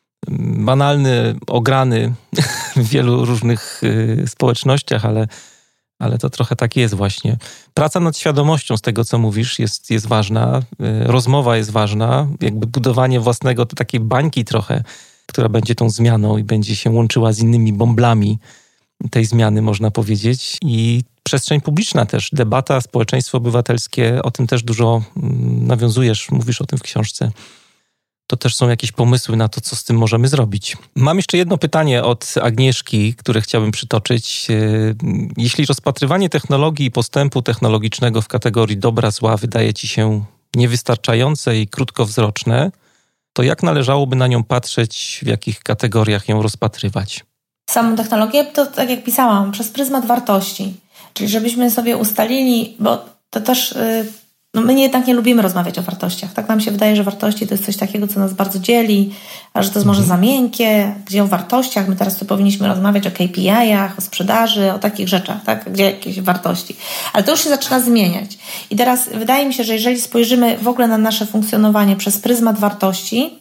banalny, ograny w wielu różnych społecznościach, ale to trochę tak jest właśnie. Praca nad świadomością z tego, co mówisz, jest ważna. Rozmowa jest ważna. Jakby budowanie własnego, to takiej bańki trochę, która będzie tą zmianą i będzie się łączyła z innymi bąblami tej zmiany, można powiedzieć. I przestrzeń publiczna też, debata, społeczeństwo obywatelskie, o tym też dużo nawiązujesz, mówisz o tym w książce. To też są jakieś pomysły na to, co z tym możemy zrobić. Mam jeszcze jedno pytanie od Agnieszki, które chciałbym przytoczyć. Jeśli rozpatrywanie technologii i postępu technologicznego w kategorii dobra, zła wydaje ci się niewystarczające i krótkowzroczne, to jak należałoby na nią patrzeć, w jakich kategoriach ją rozpatrywać? Samą technologię, to tak jak pisałam, przez pryzmat wartości. Czyli żebyśmy sobie ustalili, bo to też... my jednak nie lubimy rozmawiać o wartościach. Tak nam się wydaje, że wartości to jest coś takiego, co nas bardzo dzieli, a że to jest może za miękkie. Gdzie o wartościach? My teraz tu powinniśmy rozmawiać o KPI-ach, o sprzedaży, o takich rzeczach, tak? Gdzie jakieś wartości. Ale to już się zaczyna zmieniać. I teraz wydaje mi się, że jeżeli spojrzymy w ogóle na nasze funkcjonowanie przez pryzmat wartości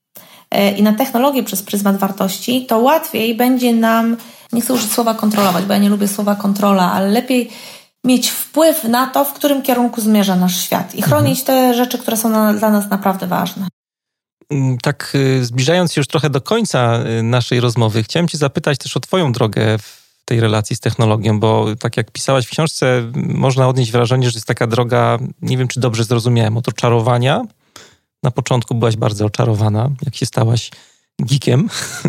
i na technologię przez pryzmat wartości, to łatwiej będzie nam, nie chcę użyć słowa kontrolować, bo ja nie lubię słowa kontrola, ale lepiej mieć wpływ na to, w którym kierunku zmierza nasz świat i chronić te rzeczy, które są dla nas naprawdę ważne. Tak zbliżając się już trochę do końca naszej rozmowy, chciałem cię zapytać też o twoją drogę w tej relacji z technologią, bo tak jak pisałaś w książce, można odnieść wrażenie, że jest taka droga, nie wiem czy dobrze zrozumiałem, od oczarowania. Na początku byłaś bardzo oczarowana, jak się stałaś geekiem.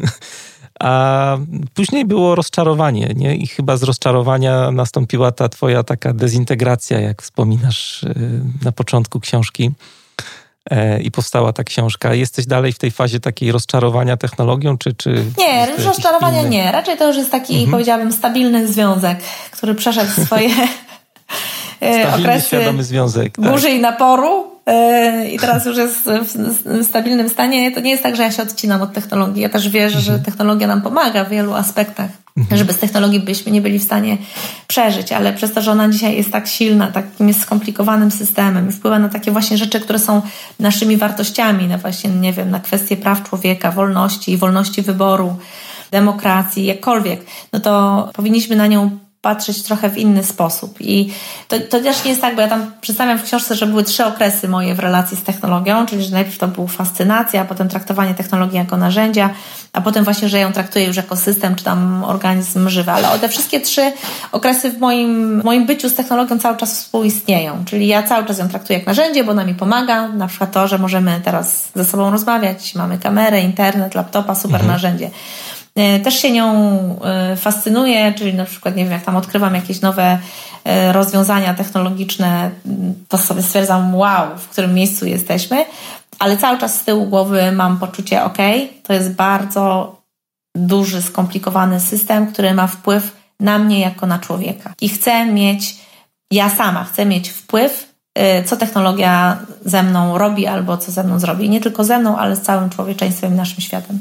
A później było rozczarowanie, nie? I chyba z rozczarowania nastąpiła ta twoja taka dezintegracja, jak wspominasz na początku książki. I powstała ta książka. Jesteś dalej w tej fazie takiej rozczarowania technologią, czy nie, rozczarowania nie. Raczej to już jest taki, powiedziałabym, stabilny związek, który przeszedł swoje okresy świadomy związek, tak. Burzy i naporu. I teraz już jest w stabilnym stanie. To nie jest tak, że ja się odcinam od technologii. Ja też wierzę, że technologia nam pomaga w wielu aspektach. Że bez technologii byśmy nie byli w stanie przeżyć, ale przez to, że ona dzisiaj jest tak silna, takim jest skomplikowanym systemem i wpływa na takie właśnie rzeczy, które są naszymi wartościami, na właśnie, nie wiem, na kwestie praw człowieka, wolności wyboru, demokracji, jakkolwiek, no to powinniśmy na nią patrzeć trochę w inny sposób. I to też nie jest tak, bo ja tam przedstawiam w książce, że były 3 okresy moje w relacji z technologią, czyli że najpierw to była fascynacja, a potem traktowanie technologii jako narzędzia, a potem właśnie, że ją traktuję już jako system, czy tam organizm żywy. Ale te wszystkie 3 okresy w moim byciu z technologią cały czas współistnieją. Czyli ja cały czas ją traktuję jak narzędzie, bo ona mi pomaga. Na przykład to, że możemy teraz ze sobą rozmawiać, mamy kamerę, internet, laptopa, super narzędzie. Też się nią fascynuję, czyli na przykład, nie wiem, jak tam odkrywam jakieś nowe rozwiązania technologiczne, to sobie stwierdzam, wow, w którym miejscu jesteśmy, ale cały czas z tyłu głowy mam poczucie, to jest bardzo duży, skomplikowany system, który ma wpływ na mnie jako na człowieka. I ja sama chcę mieć wpływ, co technologia ze mną robi albo co ze mną zrobi. Nie tylko ze mną, ale z całym człowieczeństwem i naszym światem.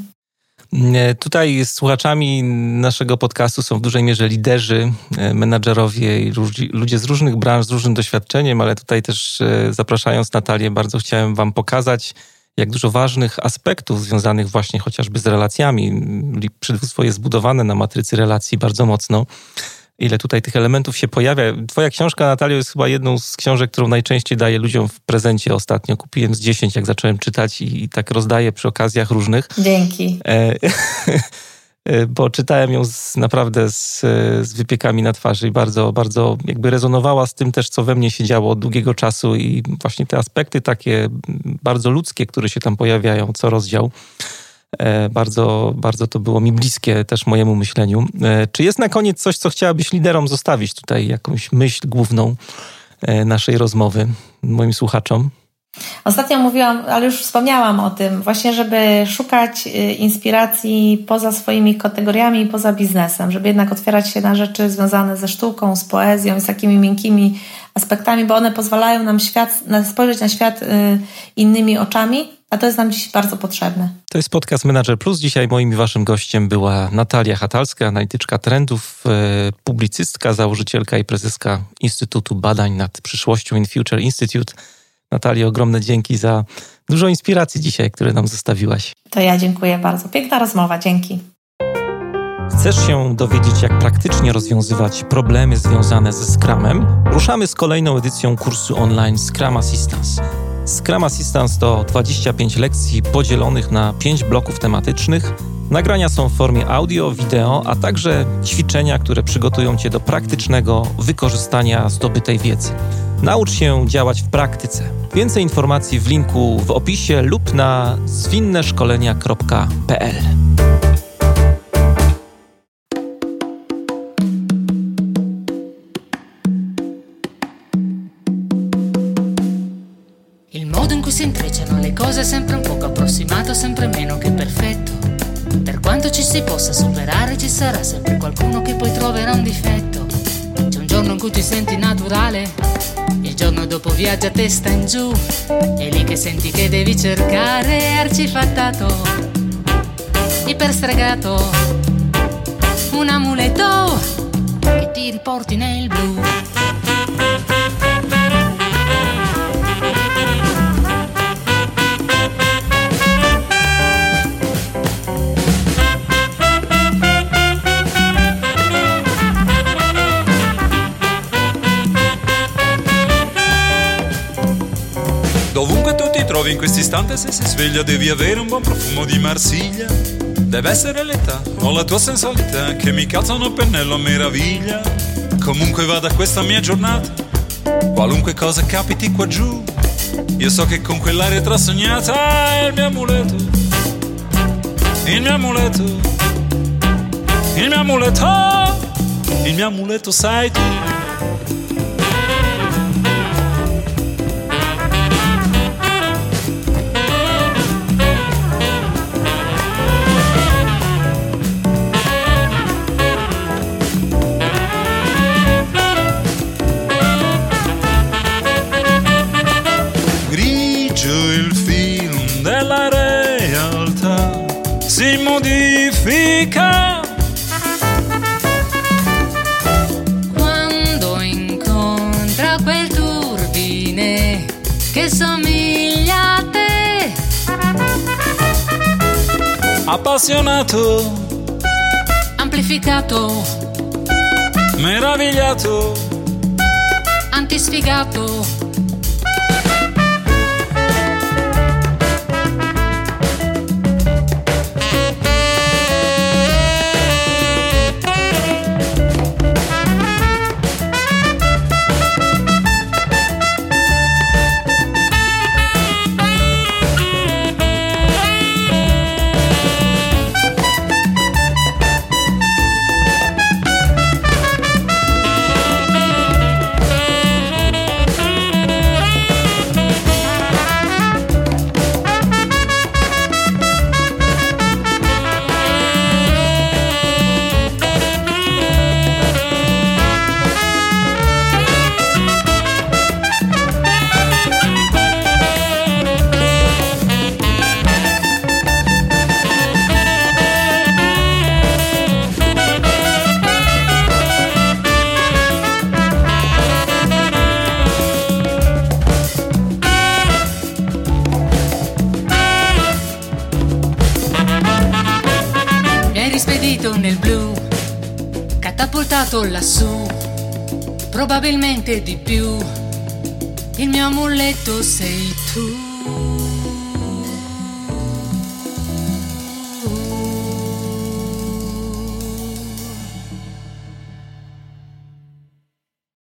Tutaj słuchaczami naszego podcastu są w dużej mierze liderzy, menadżerowie i ludzie z różnych branż, z różnym doświadczeniem, ale tutaj też zapraszając Natalię, bardzo chciałem wam pokazać, jak dużo ważnych aspektów związanych właśnie chociażby z relacjami. Przywództwo jest zbudowane na matrycy relacji bardzo mocno. Ile tutaj tych elementów się pojawia. Twoja książka, Natalio, jest chyba jedną z książek, którą najczęściej daję ludziom w prezencie ostatnio. Kupiłem z 10, jak zacząłem czytać i tak rozdaję przy okazjach różnych. Dzięki. bo czytałem ją naprawdę z wypiekami na twarzy i bardzo, bardzo jakby rezonowała z tym też, co we mnie się działo od długiego czasu i właśnie te aspekty takie bardzo ludzkie, które się tam pojawiają, co rozdział. Bardzo, bardzo to było mi bliskie też mojemu myśleniu. Czy jest na koniec coś, co chciałabyś liderom zostawić tutaj, jakąś myśl główną naszej rozmowy moim słuchaczom? Ostatnio mówiłam, ale już wspomniałam o tym, właśnie żeby szukać inspiracji poza swoimi kategoriami i poza biznesem, żeby jednak otwierać się na rzeczy związane ze sztuką, z poezją, z takimi miękkimi aspektami, bo one pozwalają nam spojrzeć na świat innymi oczami, a to jest nam dziś bardzo potrzebne. To jest podcast Menadżer Plus. Dzisiaj moim i waszym gościem była Natalia Hatalska, analityczka trendów, publicystka, założycielka i prezeska Instytutu Badań nad Przyszłością InFuture Institute. Natalio, ogromne dzięki za dużo inspiracji dzisiaj, które nam zostawiłaś. To ja dziękuję bardzo. Piękna rozmowa, dzięki. Chcesz się dowiedzieć, jak praktycznie rozwiązywać problemy związane ze Scrumem? Ruszamy z kolejną edycją kursu online Scrum Assistance. Scrum Assistance to 25 lekcji podzielonych na 5 bloków tematycznych. Nagrania są w formie audio, wideo, a także ćwiczenia, które przygotują Cię do praktycznego wykorzystania zdobytej wiedzy. Naucz się działać w praktyce. Więcej informacji w linku w opisie lub na zwinneskolenia.pl. Il modo in cui si intrecciano le cose sempre un poco approssimato, sempre meno che perfetto. Per quanto ci si possa superare, ci sarà sempre qualcuno che poi troverà un difetto. C'è un giorno in cui ti senti naturale, il giorno dopo viaggia a testa in giù, è lì che senti che devi cercare arcifattato, iperstregato, un amuleto che ti riporti nel blu. Dovunque tu ti trovi in quest'istante, se si sveglia devi avere un buon profumo di Marsiglia. Deve essere l'età o la tua sensualità che mi calzano a pennello a meraviglia. Comunque vada questa mia giornata, qualunque cosa capiti qua giù, io so che con quell'aria trasognata è il mio amuleto, il mio amuleto, il mio amuleto, il mio amuleto sei tu. Si modifica quando incontra quel turbine che somiglia a te, appassionato, amplificato, meravigliato, antisfigato. Nel blu, catapultato lassù, probabilmente di più, il mio amuleto sei tu.